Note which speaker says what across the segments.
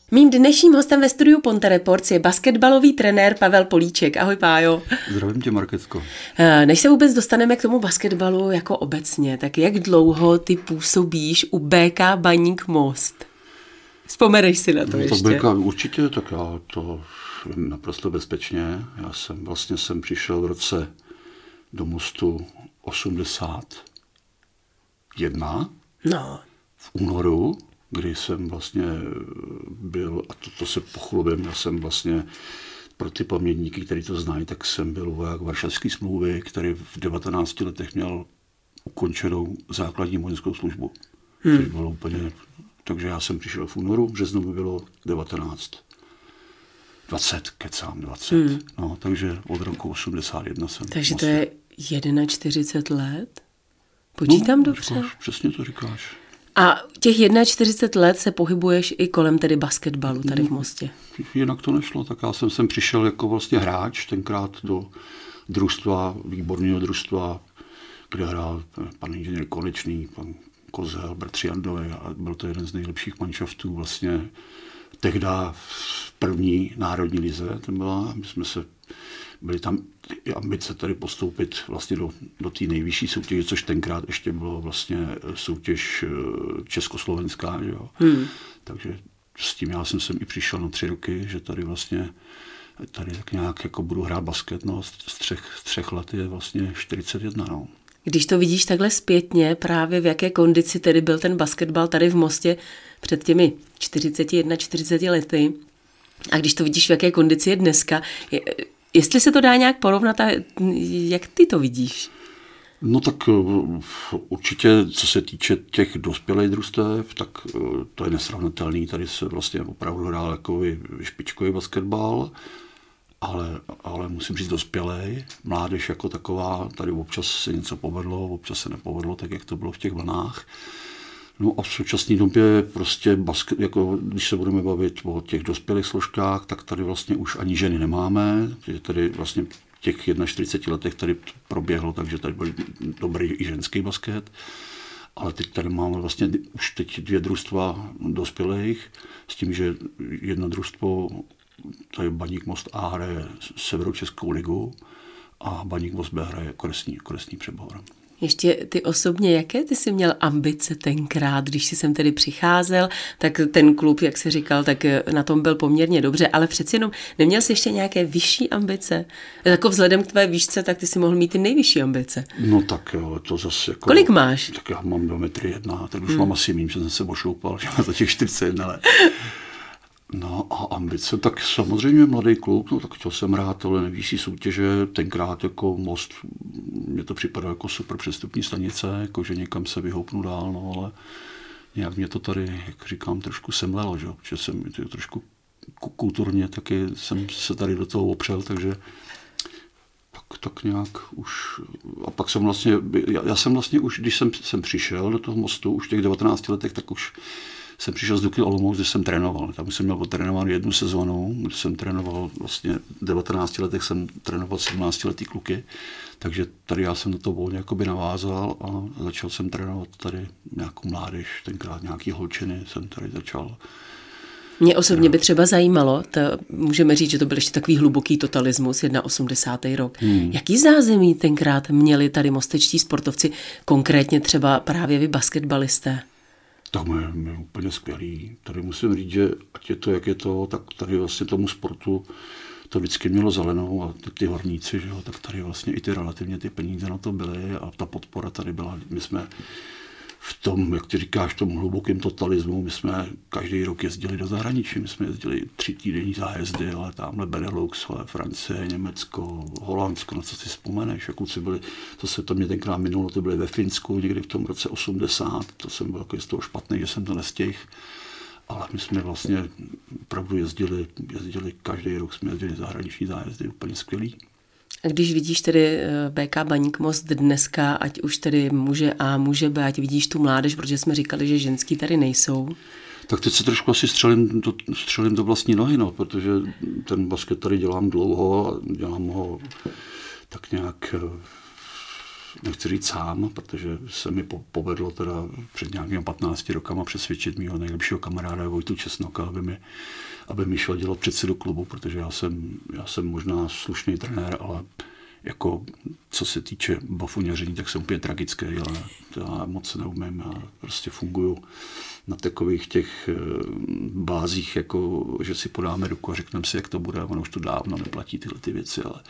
Speaker 1: Mým dnešním hostem ve studiu Ponte Reports je basketbalový trenér Pavel Políček. Ahoj, Pájo.
Speaker 2: Zdravím tě, Markétko.
Speaker 1: Než se vůbec dostaneme k tomu basketbalu jako obecně, tak jak dlouho ty působíš u BK Baník Most? Vzpomeneš si na to ještě?
Speaker 2: Tak BK určitě, tak já to naprosto bezpečně. Já jsem přišel v roce do Mostu 81.
Speaker 1: No.
Speaker 2: V únoru, kdy jsem vlastně byl, a to se pochlubím, já jsem vlastně pro ty pamětníky, kteří to znají, tak jsem byl voják Varšavské smlouvy, který v 19 letech měl ukončenou základní vojenskou službu. Což bylo úplně, takže já jsem přišel v únoru, v březnu by bylo 19. 20. No, takže od roku 81 jsem.
Speaker 1: Takže to je 41 let? Počítám dobře?
Speaker 2: Říkáš, přesně to říkáš.
Speaker 1: A těch 41 let se pohybuješ i kolem tedy basketbalu tady v Mostě?
Speaker 2: Jinak to nešlo, tak já jsem sem přišel jako vlastně hráč, tenkrát do družstva, výborného družstva, kde hrál pan inženýr Konečný, pan Kozel, bratři Jandovi, a byl to jeden z nejlepších manšaftů vlastně tehda v první národní lize, to byla, byly tam ambice tady postoupit vlastně do té nejvyšší soutěže, což tenkrát ještě bylo vlastně soutěž československá, že jo. Takže s tím já jsem sem i přišel na 3 roky, že tady vlastně tak nějak jako budu hrát basket, no z 3 let je vlastně 41, no.
Speaker 1: Když to vidíš takhle zpětně, právě v jaké kondici tedy byl ten basketbal tady v Mostě před těmi 40 lety, a když to vidíš, v jaké kondici je dneska, jestli se to dá nějak porovnat, a jak ty to vidíš?
Speaker 2: No tak určitě, co se týče těch dospělých družstev, tak to je nesrovnatelný. Tady se vlastně opravdu hrál jako špičkový basketbal, ale musím říct dospělej. Mládež jako taková, tady občas se něco povedlo, občas se nepovedlo, tak jak to bylo v těch vlnách. No a v současné době prostě basket, jako když se budeme bavit o těch dospělých složkách, tak tady vlastně už ani ženy nemáme, že tady vlastně v těch 41 letech tady proběhlo, takže tady byl dobrý i ženský basket, ale teď tady máme vlastně už teď 2 družstva dospělých, s tím, že jedno družstvo, tady Baník Most A hraje Severočeskou ligu a Baník Most B hraje Koresní Přebor.
Speaker 1: Ještě ty osobně, jaké ty jsi měl ambice tenkrát, když jsi sem tedy přicházel, tak ten klub, jak jsi říkal, tak na tom byl poměrně dobře, ale přeci jenom neměl jsi ještě nějaké vyšší ambice? Jako vzhledem k tvé výšce, tak ty si mohl mít ty nejvyšší ambice.
Speaker 2: No tak jo, to zase jako...
Speaker 1: Kolik máš?
Speaker 2: Tak já mám 2,1 m, tak už mám asi méně, že jsem se ošoupal, že mám za těch 41 let. No a ambice, tak samozřejmě mladý kluk, no tak chtěl jsem hrát tohle nejvyšší soutěže, tenkrát jako Most, mně to připadalo jako super přestupní stanice, jako že někam se vyhoupnu dál, no ale nějak mě to tady, jak říkám, trošku semlelo, že jsem trošku kulturně taky jsem se tady do toho opřel, takže tak nějak už, a pak jsem vlastně, já jsem vlastně už, když jsem přišel do toho Mostu, už v těch 19 letech, tak už jsem přišel z Dukly Olomouc, kde jsem trénoval. Tam jsem měl potrénovat 1 sezonu, kde jsem trénoval vlastně v 19 letech jsem trénoval 17 letý kluky, takže tady já jsem do toho volně jakoby navázal a začal jsem trénovat tady nějakou mládež, tenkrát nějaký holčiny jsem tady začal.
Speaker 1: Mě osobně by třeba zajímalo, můžeme říct, že to byl ještě takový hluboký totalismus, 81. rok. Jaký zázemí tenkrát měli tady mostečtí sportovci, konkrétně třeba právě vy basketbalisté?
Speaker 2: Tak my úplně skvělý. Tady musím říct, že ať je to, jak je to, tak tady vlastně tomu sportu to vždycky mělo zelenou a ty horníci, že jo, tak tady vlastně i ty relativně ty peníze na to byly a ta podpora tady byla. My jsme v tom, jak ty říkáš, v tom hlubokém totalismu, my jsme každý rok jezdili do zahraničí, my jsme jezdili 3 týdenní zájezdy, ale tamhle Benelux, ale Francie, Německo, Holandsko, na co si vzpomeneš, jak kluci byli, to mě tenkrát minulo, to byly ve Finsku někdy v tom roce 80, to jsem byl jako z toho špatný, že jsem to nestihl, ale my jsme vlastně opravdu jezdili každý rok, jsme jezdili zahraniční zájezdy, úplně skvělý.
Speaker 1: A když vidíš tedy BK Baník Most dneska, ať už tedy muže A, muže B, ať vidíš tu mládež, protože jsme říkali, že ženský tady nejsou.
Speaker 2: Tak teď se trošku asi střelím do vlastní nohy, no, protože ten basket tady dělám dlouho a dělám ho tak nějak nechci říct sám, protože se mi povedlo teda před nějakými 15 rokama přesvědčit mýho nejlepšího kamaráda Vojtu Česnoka, aby mi šel dělat předsedu klubu, protože já jsem možná slušný trenér, ale jako co se týče bafuňaření, tak jsem úplně tragický, ale to já moc neumím. Já prostě funguju na takových těch bázích, jako že si podáme ruku a řekneme si, jak to bude, a ono už to dávno neplatí tyhle ty věci, ale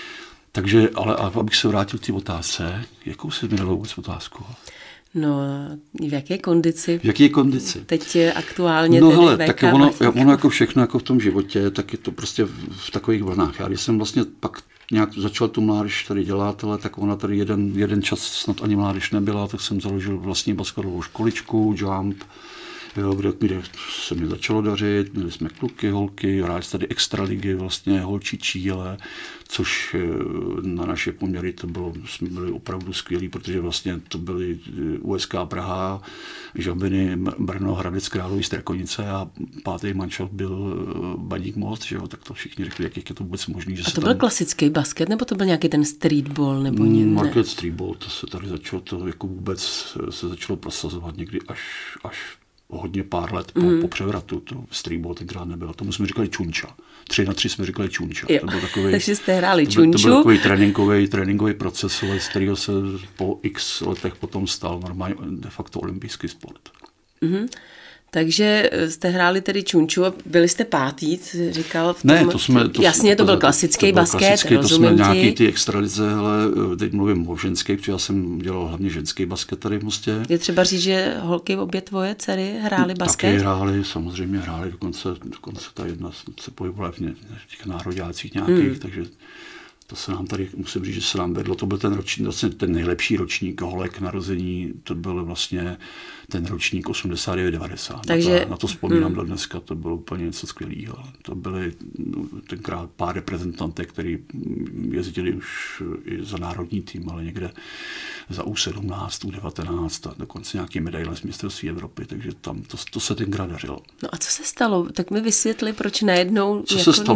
Speaker 2: takže, ale abych se vrátil k té otázce, jakou jsi mi dal vůbec otázku?
Speaker 1: No, v jaké kondici?
Speaker 2: V jaké kondici?
Speaker 1: Teď je aktuálně
Speaker 2: no
Speaker 1: tedy
Speaker 2: hele,
Speaker 1: VK
Speaker 2: tak ono jako všechno jako v tom životě, tak je to prostě v takových vlnách. Já když jsem vlastně pak nějak začal tu mládež tady dělat, ale tak ona tady jeden čas snad ani mládež nebyla, tak jsem založil vlastní basketbalovou školičku, Jump, jo, kde se mi začalo dařit, měli jsme kluky, holky, hráli tady extraligy, vlastně holčičí, ale což na naše poměry jsme byli opravdu skvělí, protože vlastně to byly USK Praha, Žabiny, Brno, Hradec Králové, Strakonice a pátý manšaft byl Baník Most, že jo, tak to všichni řekli, jak je to vůbec možný. Že
Speaker 1: a to byl klasický basket, nebo to byl nějaký ten streetball, nebo ne?
Speaker 2: Market streetball, to se tady začalo, to jako vůbec se začalo prosazovat někdy až hodně pár let po převratu. To streetball tenkrát nebylo. Tomu jsme říkali čunča. 3x3 jsme říkali čunča.
Speaker 1: Jo.
Speaker 2: To byl takový,
Speaker 1: takže jste hráli čunču.
Speaker 2: To byl takový tréninkový proces, z kterého se po x letech potom stal normálně de facto olympijský sport.
Speaker 1: Mm-hmm. Takže jste hráli tedy čunču a byli jste pátý, říkal v tom...
Speaker 2: Ne,
Speaker 1: to byl klasický basket,
Speaker 2: to jsme
Speaker 1: rozumím
Speaker 2: nějaký ty extralize, ale teď mluvím o ženské, protože já jsem dělal hlavně ženský basket tady v Mostě.
Speaker 1: Je třeba říct, že holky, obě tvoje dcery hrály basket?
Speaker 2: Taky hrály, samozřejmě hrály, dokonce ta jedna se pohybovala v těch nároďácích nějakých, takže to se nám tady, musím říct, že se nám vedlo. To byl ten ročník, vlastně ten nejlepší ročník holek narození, to byl vlastně ten ročník 89-90.
Speaker 1: Takže
Speaker 2: Na to vzpomínám do dneska, to bylo úplně něco skvělého. To byly tenkrát pár reprezentantek, který jezdili už i za národní tým, ale někde za U17, U19 a dokonce nějaké medaile z mistrovství Evropy, takže tam to se tenkrát dařilo.
Speaker 1: No a co se stalo? Tak mi vysvětli, proč najednou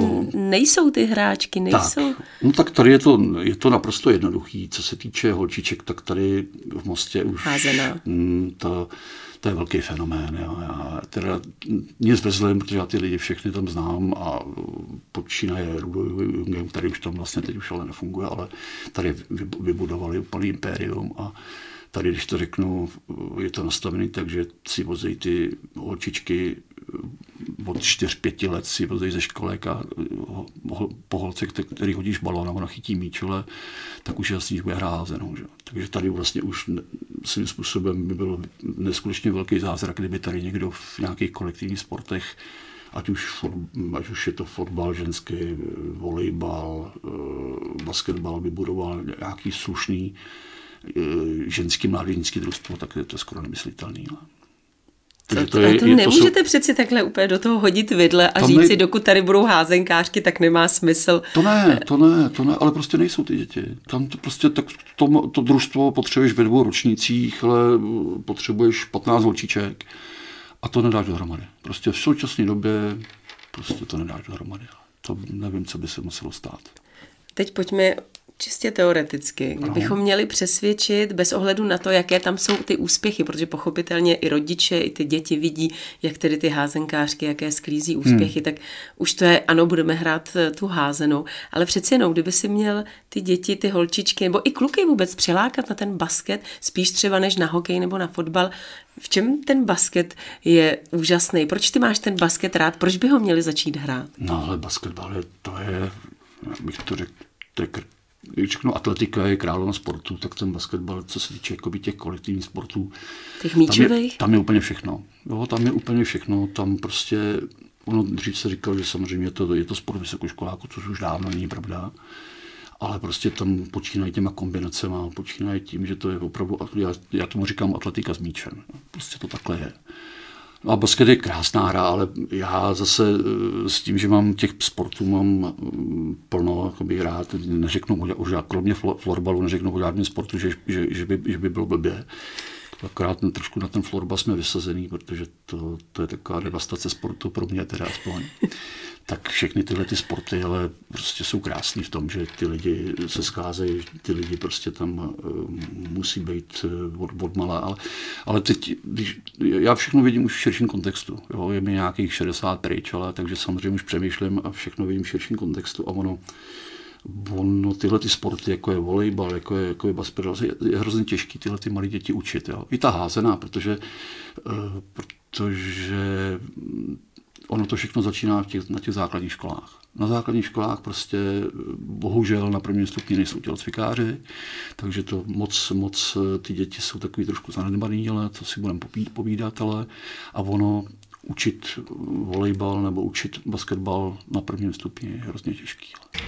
Speaker 1: nejsou ty hráčky, nejsou...
Speaker 2: Tak tady je to naprosto jednoduchý. Co se týče holčiček, tak tady v Mostě už to je velký fenomén. Jo. Já teda nic vezlím, protože já ty lidi všechny tam znám a počínaje Rudolfem, který už tam vlastně teď už ale nefunguje, ale tady vybudovali úplný impérium a tady, když to řeknu, je to nastavený tak, že si vozejí ty holčičky od 4-5 let si vozejí ze školek a po holce, který hodíš balón a ona chytí míč, tak už jasně, že bude hrát házenou. Že? Takže tady vlastně už svým způsobem by byl neskutečně velký zázrak, kdyby tady někdo v nějakých kolektivních sportech, ať už je to fotbal ženský, volejbal, basketbal, vybudoval nějaký slušný ženský mládežnický družstvo, tak je to skoro nemyslitelný.
Speaker 1: To nemůžete přeci takhle úplně do toho hodit vidle a říct si, dokud tady budou házenkářky, tak nemá smysl.
Speaker 2: To ne, ale prostě nejsou ty děti. Tam to prostě to družstvo potřebuješ ve 2 ročnících, ale potřebuješ 15 holčiček a to nedáš dohromady. Prostě v současné době prostě to nedáš dohromady. To nevím, co by se muselo stát.
Speaker 1: Teď pojďme čistě teoreticky, kdybychom měli přesvědčit bez ohledu na to, jaké tam jsou ty úspěchy, protože pochopitelně i rodiče, i ty děti vidí, jak tedy ty házenkářky, jaké sklízí úspěchy, tak už to je, ano, budeme hrát tu házenou, ale přeci jenom, kdyby si měl ty děti, ty holčičky, nebo i kluky vůbec přilákat na ten basket, spíš třeba než na hokej nebo na fotbal, v čem ten basket je úžasný? Proč ty máš ten basket rád? Proč by ho měli začít hrát?
Speaker 2: No, ale basketbal je, bych to řekl, když řeknu, atletika je královna sportu, tak ten basketbal, co se týče těch kolektivních sportů,
Speaker 1: těch míčových?
Speaker 2: Tam je úplně všechno. Jo, tam je úplně všechno. Tam prostě, dřív se říkalo, že samozřejmě je to sport vysokoškoláků, což už dávno není pravda, ale prostě tam počínají těma kombinacema, počínají tím, že to je opravdu, já tomu říkám atletika s míčem. Prostě to takhle je. A basket je krásná hra, ale já zase s tím, že mám těch sportů mám plno, rád, neřeknu kromě florbalu, neřeknu o žádném sportu, že by bylo blbě. Akorát trošku na ten florbal jsme vysazený, protože to je taková devastace sportu pro mě teda aspoň. tak všechny tyhle ty sporty, ale prostě jsou krásný v tom, že ty lidi se scházejí, ty lidi prostě tam musí být od malá, ale teď, já všechno vidím už v širším kontextu, jo? Je mi nějakých 60 pryč, ale takže samozřejmě už přemýšlím a všechno vidím v širším kontextu a ono tyhle ty sporty, jako je volejbal, jako je basketbal, je hrozně těžký tyhle ty malé děti učit. Jo? I ta házená, protože ono to všechno začíná na těch základních školách. Na základních školách prostě bohužel na prvním stupni nejsou tělocvikáři, takže to moc ty děti jsou takový trošku zanedbaný, ale to si budeme povídat, a ono učit volejbal nebo učit basketbal na prvním stupni je hrozně těžký.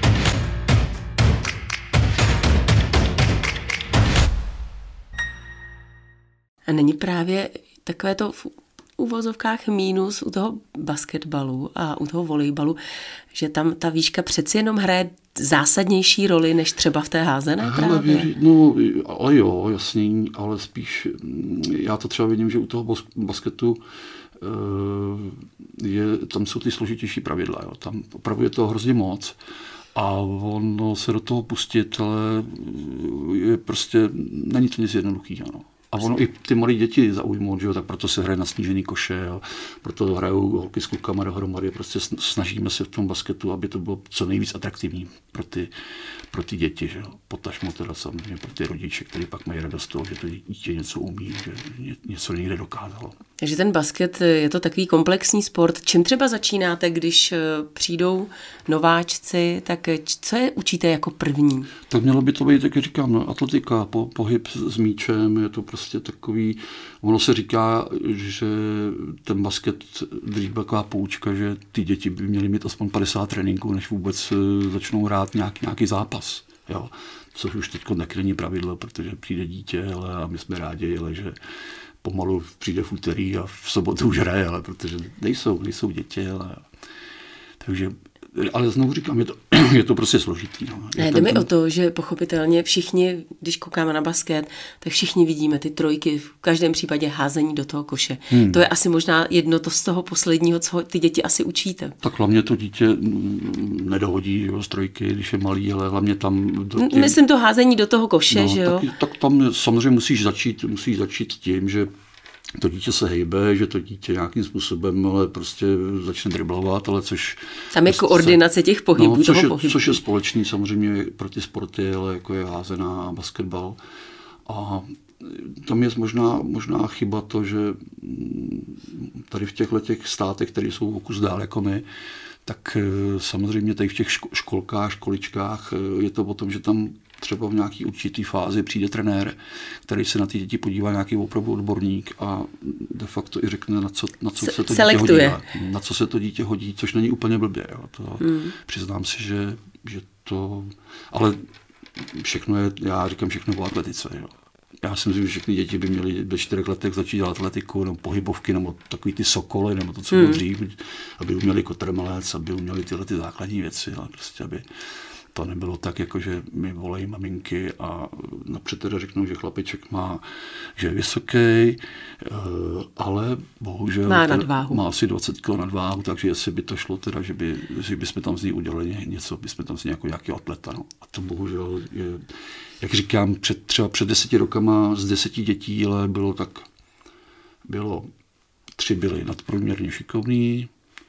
Speaker 1: A není právě takové to v uvozovkách mínus u toho basketbalu a u toho volejbalu, že tam ta výška přeci jenom hraje zásadnější roli, než třeba v té házené právě?
Speaker 2: Ale jo, jasně, ale spíš já to třeba vidím, že u toho basketu tam jsou ty složitější pravidla. Jo. Tam opravdu je to hrozně moc a ono se do toho pustit, ale je prostě, není to nic jednoduchého. No. A ono i ty malé děti zaujmou, že jo, tak proto se hraje na snížený koše, jo, proto hrajou holky s klukama dohromady, prostě snažíme se v tom basketu, aby to bylo co nejvíc atraktivní pro ty děti, že jo. Potažmo teda samozřejmě pro ty rodiče, kteří pak mají radost toho, že to dítě něco umí, že něco někde dokázalo.
Speaker 1: Takže ten basket je to takový komplexní sport. Čím třeba začínáte, když přijdou nováčci, tak co je učíte jako první?
Speaker 2: Tak mělo by to být, jak říkám, atletika, pohyb s míčem, je to prostě takový, ono se říká, že ten basket dřív byla taková poučka, že ty děti by měly mít aspoň 50 tréninků, než vůbec začnou hrát nějaký zápas. Jo. Což už teď není pravidlo, protože přijde dítě, a my jsme rádi, že pomalu přijde v úterý a v sobotu už hraje, protože nejsou děti. Takže, ale znovu říkám, je to prostě složitý. No.
Speaker 1: Jde mi o to, že pochopitelně všichni, když koukáme na basket, tak všichni vidíme ty trojky, v každém případě házení do toho koše. To je asi možná jedno z toho posledního, co ty děti asi učíte.
Speaker 2: Tak hlavně to dítě nedohodí z trojky, když je malý, ale hlavně tam...
Speaker 1: Myslím to házení do toho koše, že jo?
Speaker 2: Tak tam samozřejmě musíš začít tím, že to dítě se hejbe, že to dítě nějakým způsobem ale prostě začne driblovat, ale což...
Speaker 1: Tam je koordinace těch pohybů,
Speaker 2: což je společný samozřejmě pro ty sporty, ale jako je házená a basketbal. A tam je možná chyba to, že tady v těchto státech, které jsou o kus dál jako my, tak samozřejmě tady v těch školkách, školičkách je to o tom, že tam třeba v nějaký určitý fázi přijde trenér, který se na ty děti podívá, nějaký opravdu odborník a de facto i řekne, na co se to dítě hodí. Na co se to dítě hodí, což není úplně blbě. Jo. To přiznám si, že to... Ale všechno je, já říkám, všechno o atletice. Jo. Já si myslím, že všechny děti by měly ve 4 letech začít dělat atletiku, nebo pohybovky, nebo takový ty sokoly, nebo to, co bylo dřív, aby uměli kotrmelec, aby uměli tyhle ty základní věci, ale prostě, aby to nebylo tak, jako že mi volají maminky a napřed teda řeknou, že chlapeček že je vysoký, ale bohužel má asi 20 kg nadváhu, takže jestli by to šlo teda, že bychom tam z ní udělali něco, bychom tam z ní jako nějaký atleta. No. A to bohužel je, jak říkám, třeba před 10 rokama z 10 dětí, ale bylo 3 byly nadprůměrně šikovný,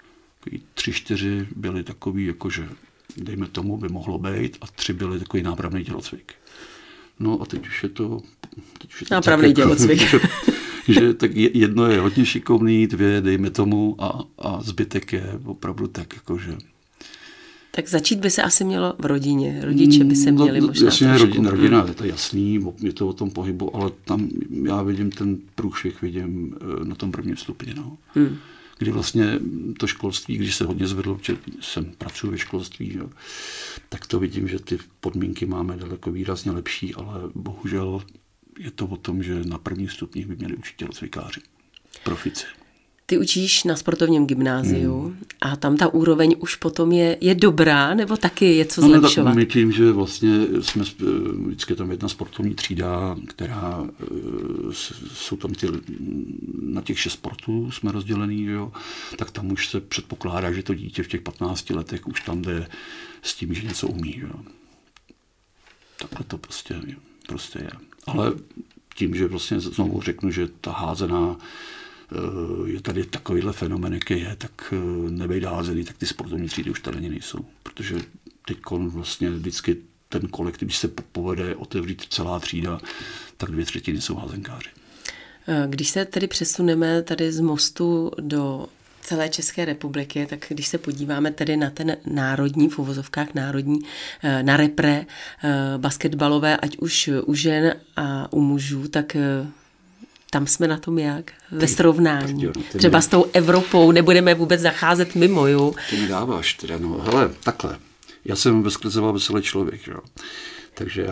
Speaker 2: 3-4 byly takový, jakože dejme tomu, by mohlo být, a 3 byly takový nápravný tělocvik. No a teď už je to
Speaker 1: nápravný tělocvik.
Speaker 2: Že tak jedno je hodně šikovný, 2 dejme tomu a zbytek je opravdu tak jakože...
Speaker 1: Tak začít by se asi mělo v rodině. Rodiče by se měli možná
Speaker 2: jasně, rodina, je to jasný, je to o tom pohybu, ale tam já vidím ten průšvih, na tom prvním stupni. No. Kdy vlastně to školství, když se hodně zvedlo, protože jsem pracuji ve školství, jo, tak to vidím, že ty podmínky máme daleko výrazně lepší, ale bohužel je to o tom, že na prvních stupních by měli učit tělocvikáři, profici.
Speaker 1: Ty učíš na sportovním gymnáziu a tam ta úroveň už potom je dobrá, nebo taky je co zlepšovat?
Speaker 2: No, my tím, že vlastně jsme vždycky tam jedna sportovní třída, která jsou tam na těch 6 sportů jsme rozdělený, jo, tak tam už se předpokládá, že to dítě v těch 15 letech už tam jde s tím, že něco umí. Jo. Takhle to prostě je. Ale tím, že vlastně znovu řeknu, že ta házená je tady takovýhle fenomén, jaký je, tak nebejde házený, tak ty sportovní třídy už tady nejsou. Protože teď vlastně vždycky ten kolektiv, když se povede otevřít celá třída, tak 2/3 jsou házenkáři.
Speaker 1: Když se tedy přesuneme tady z Mostu do celé České republiky, tak když se podíváme tedy na ten národní, v uvozovkách národní, na repre basketbalové, ať už u žen a u mužů, tak tam jsme na tom jak? Ve srovnání. Třeba s tou Evropou nebudeme vůbec zacházet mimo, jo?
Speaker 2: Ty mi dáváš teda, no hele, takhle. Já jsem veskrzeval veselý člověk, jo. Takže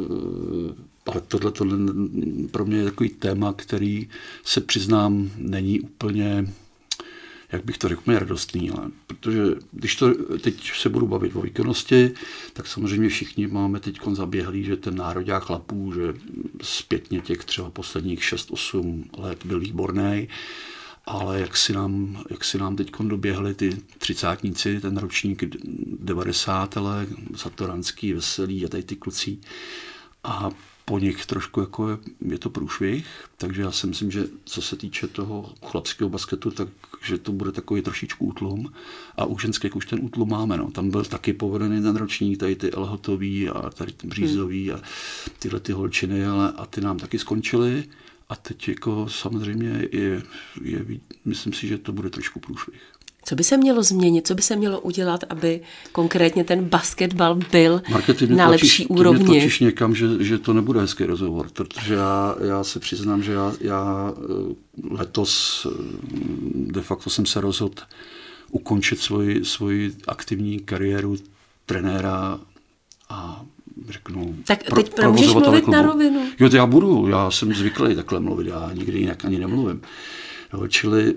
Speaker 2: ale tohle pro mě je takový téma, který se přiznám, není úplně, jak bych to řekl, úplně radostný, ale protože když teď se budu bavit o výkonnosti, tak samozřejmě všichni máme teď zaběhlý, že ten nároďák chlapů, že zpětně těch třeba posledních 6-8 let byl výborný, ale jak si nám teď doběhli ty třicátníci, ten ročník 90, Satoranský, Veselý a tady ty kluci, a po nich trošku jako je to průšvih, takže já si myslím, že co se týče toho chlapského basketu, takže to bude takový trošičku útlum a u ženských už ten útlum máme. No. Tam byl taky povedený ten ročník, tady ty Elhotový a tady ty Břízový a tyhle ty holčiny, a ty nám taky skončily a teď jako samozřejmě myslím si, že to bude trošku průšvih.
Speaker 1: Co by se mělo změnit, co by se mělo udělat, aby konkrétně ten basketbal byl na lepší úrovni?
Speaker 2: Ty mě tlačíš někam, že to nebude hezký rozhovor, protože já se přiznám, že já letos de facto jsem se rozhodl ukončit svoji aktivní kariéru trenéra a řeknu...
Speaker 1: Tak teď můžeš mluvit klubu. Na rovinu.
Speaker 2: Jo, já jsem zvyklý takhle mluvit, já nikdy jinak ani nemluvím. No, čili...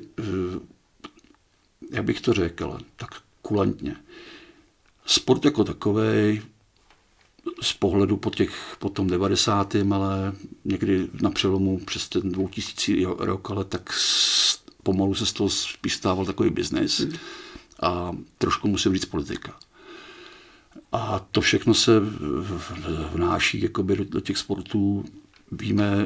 Speaker 2: jak bych to řekl, tak kulantně. Sport jako takovej z pohledu po tom 90. ale někdy na přelomu přes ten 2000 rok, ale tak pomalu se z toho spíš stával takový biznis a trošku musím říct politika. A to všechno se vnáší jakoby do těch sportů. Víme,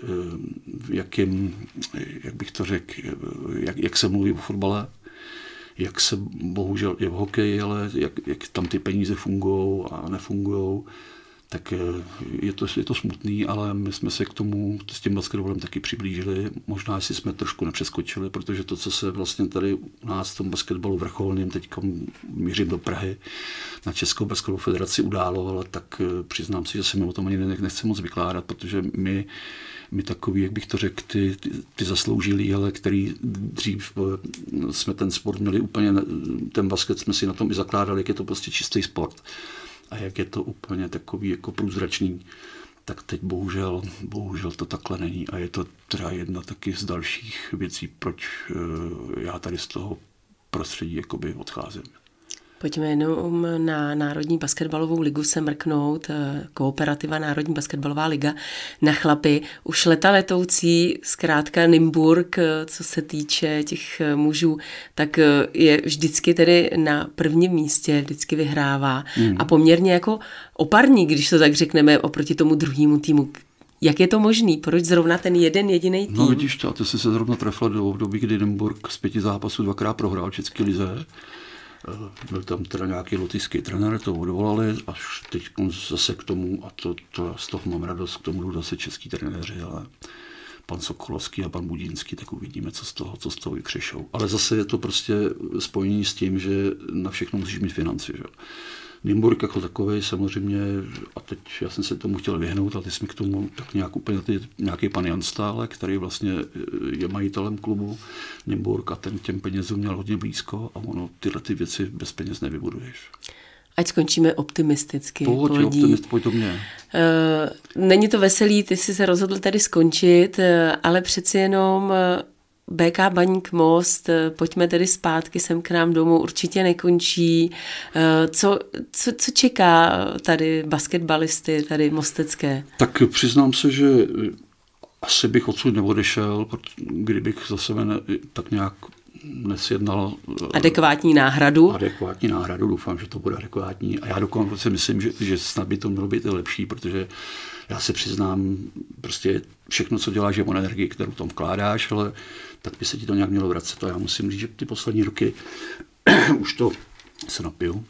Speaker 2: jak bych to řekl, jak se mluví o fotbale, jak se bohužel je v hokeji, ale jak tam ty peníze fungují a nefungují, tak je to smutný, ale my jsme se k tomu s tím basketbalem taky přiblížili. Možná si jsme trošku nepřeskočili, protože to, co se vlastně tady u nás v tom basketbalu vrcholným, teď mířím do Prahy, na Českou basketbalovou federaci událo, ale tak přiznám si, že se mi o tom ani nechci moc vykládat, protože my takový, jak bych to řekl, ty zasloužilí, ale který dřív jsme ten sport měli úplně, ten basket jsme si na tom i zakládali, jak je to prostě čistý sport a jak je to úplně takový jako průzračný, tak teď bohužel to takhle není a je to teda jedna taky z dalších věcí, proč já tady z toho prostředí jakoby odcházím.
Speaker 1: Pojďme jenom na Národní basketbalovou ligu se mrknout, Kooperativa Národní basketbalová liga na chlapy. Už letoucí, zkrátka Nymburk, co se týče těch mužů, tak je vždycky tedy na prvním místě, vždycky vyhrává. A poměrně jako oparník, když to tak řekneme, oproti tomu druhému týmu. Jak je to možný? Proč zrovna ten jeden jediný tým?
Speaker 2: No vidíš to, ty jsi se zrovna trefila do období, kdy Nymburk z 5 zápasů 2krát prohrál v České lize. Byl tam teda nějaký lotyšský trenér, to odvolali, až teď zase k tomu, a to z toho mám radost, k tomu jdou zase český trenéři, ale pan Sokolovský a pan Budínský, tak uvidíme, co z toho vykřešou. Ale zase je to prostě spojení s tím, že na všechno musíš mít finance. Že? Nymburk jako takovej samozřejmě, a teď já jsem se tomu chtěl vyhnout, ale ty jsme k tomu tak nějak úplně nějaký pan Jan Stále, který vlastně je majitelem klubu Nymburk a ten těm penězům měl hodně blízko a ono tyhle ty věci bez peněz nevybuduješ.
Speaker 1: Ať skončíme optimisticky.
Speaker 2: Pojď to mě.
Speaker 1: Není to veselý, ty jsi se rozhodl tady skončit, ale přeci jenom BK Baník Most, pojďme tedy zpátky sem k nám domů, určitě nekončí. Co čeká tady basketbalisty, tady mostecké?
Speaker 2: Tak přiznám se, že asi bych odsud neodešel, kdybych za sebe tak nějak nesjednal
Speaker 1: adekvátní náhradu.
Speaker 2: Doufám, že to bude adekvátní. A já dokonce myslím, že snad by to mělo být i lepší, protože já se přiznám, prostě všechno, co děláš, je o energii, kterou tam vkládáš, ale tak by se ti to nějak mělo vracet. A já musím říct, že ty poslední roky už to se napiju.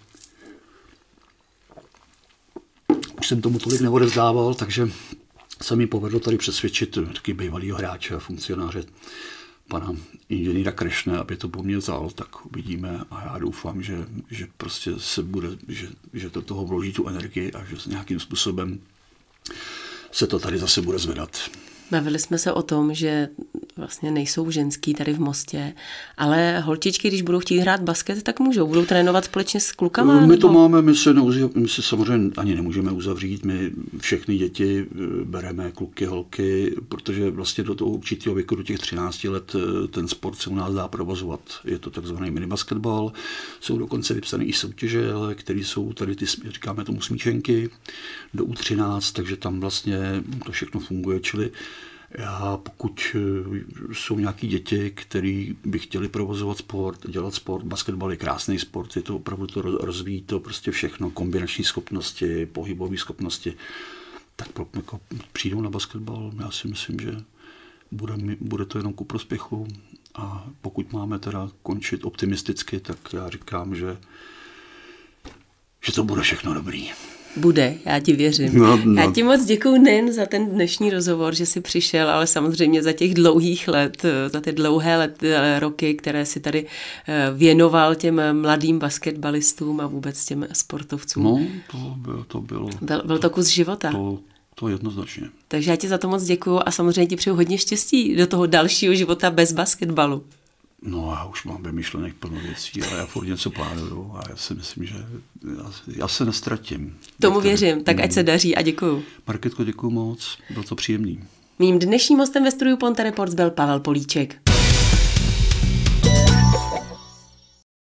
Speaker 2: Už jsem tomu tolik neodevzdával, takže se mi povedlo tady přesvědčit taky bývalýho hráče a funkcionáře pana inženýra Krešne, aby to po mně vzal, tak uvidíme a já doufám, že prostě že do toho vloží tu energii a že nějakým způsobem se to tady zase bude zvedat.
Speaker 1: Bavili jsme se o tom, že vlastně nejsou ženský tady v Mostě, ale holčičky, když budou chtít hrát basket, tak budou trénovat společně s klukama?
Speaker 2: My to máme, my se samozřejmě ani nemůžeme uzavřít, my všechny děti bereme, kluky, holky, protože vlastně do toho určitého věku, do těch 13 let, ten sport se u nás dá provozovat. Je to takzvaný minibasketbal, jsou dokonce vypsané i soutěže, které jsou tady, říkáme tomu smíčenky, do U13, takže tam vlastně to všechno funguje, čili pokud jsou nějaký děti, který by chtěli provozovat sport, dělat sport, basketbal je krásný sport, je to opravdu to rozvíjí to prostě všechno, kombinační schopnosti, pohybové schopnosti, tak jako přijdou na basketbal, já si myslím, že bude to jenom ku prospěchu a pokud máme teda končit optimisticky, tak já říkám, že to bude všechno dobrý.
Speaker 1: Bude, já ti věřím. No. Já ti moc děkuju nejen za ten dnešní rozhovor, že jsi přišel, ale samozřejmě za těch dlouhých let, za ty dlouhé roky, které si tady věnoval těm mladým basketbalistům a vůbec těm sportovcům.
Speaker 2: No, to bylo.
Speaker 1: Byl to kus života.
Speaker 2: To jednoznačně.
Speaker 1: Takže já ti za to moc děkuju a samozřejmě ti přeju hodně štěstí do toho dalšího života bez basketbalu.
Speaker 2: No já už mám vymyšlených plno věcí, ale já furt něco plánuju a já si myslím, že já se nestratím.
Speaker 1: Tomu věřím, tak ať se daří a děkuju.
Speaker 2: Marketko, děkuju moc, bylo to příjemný.
Speaker 1: Mým dnešním hostem ve studiu Ponte Reports byl Pavel Políček.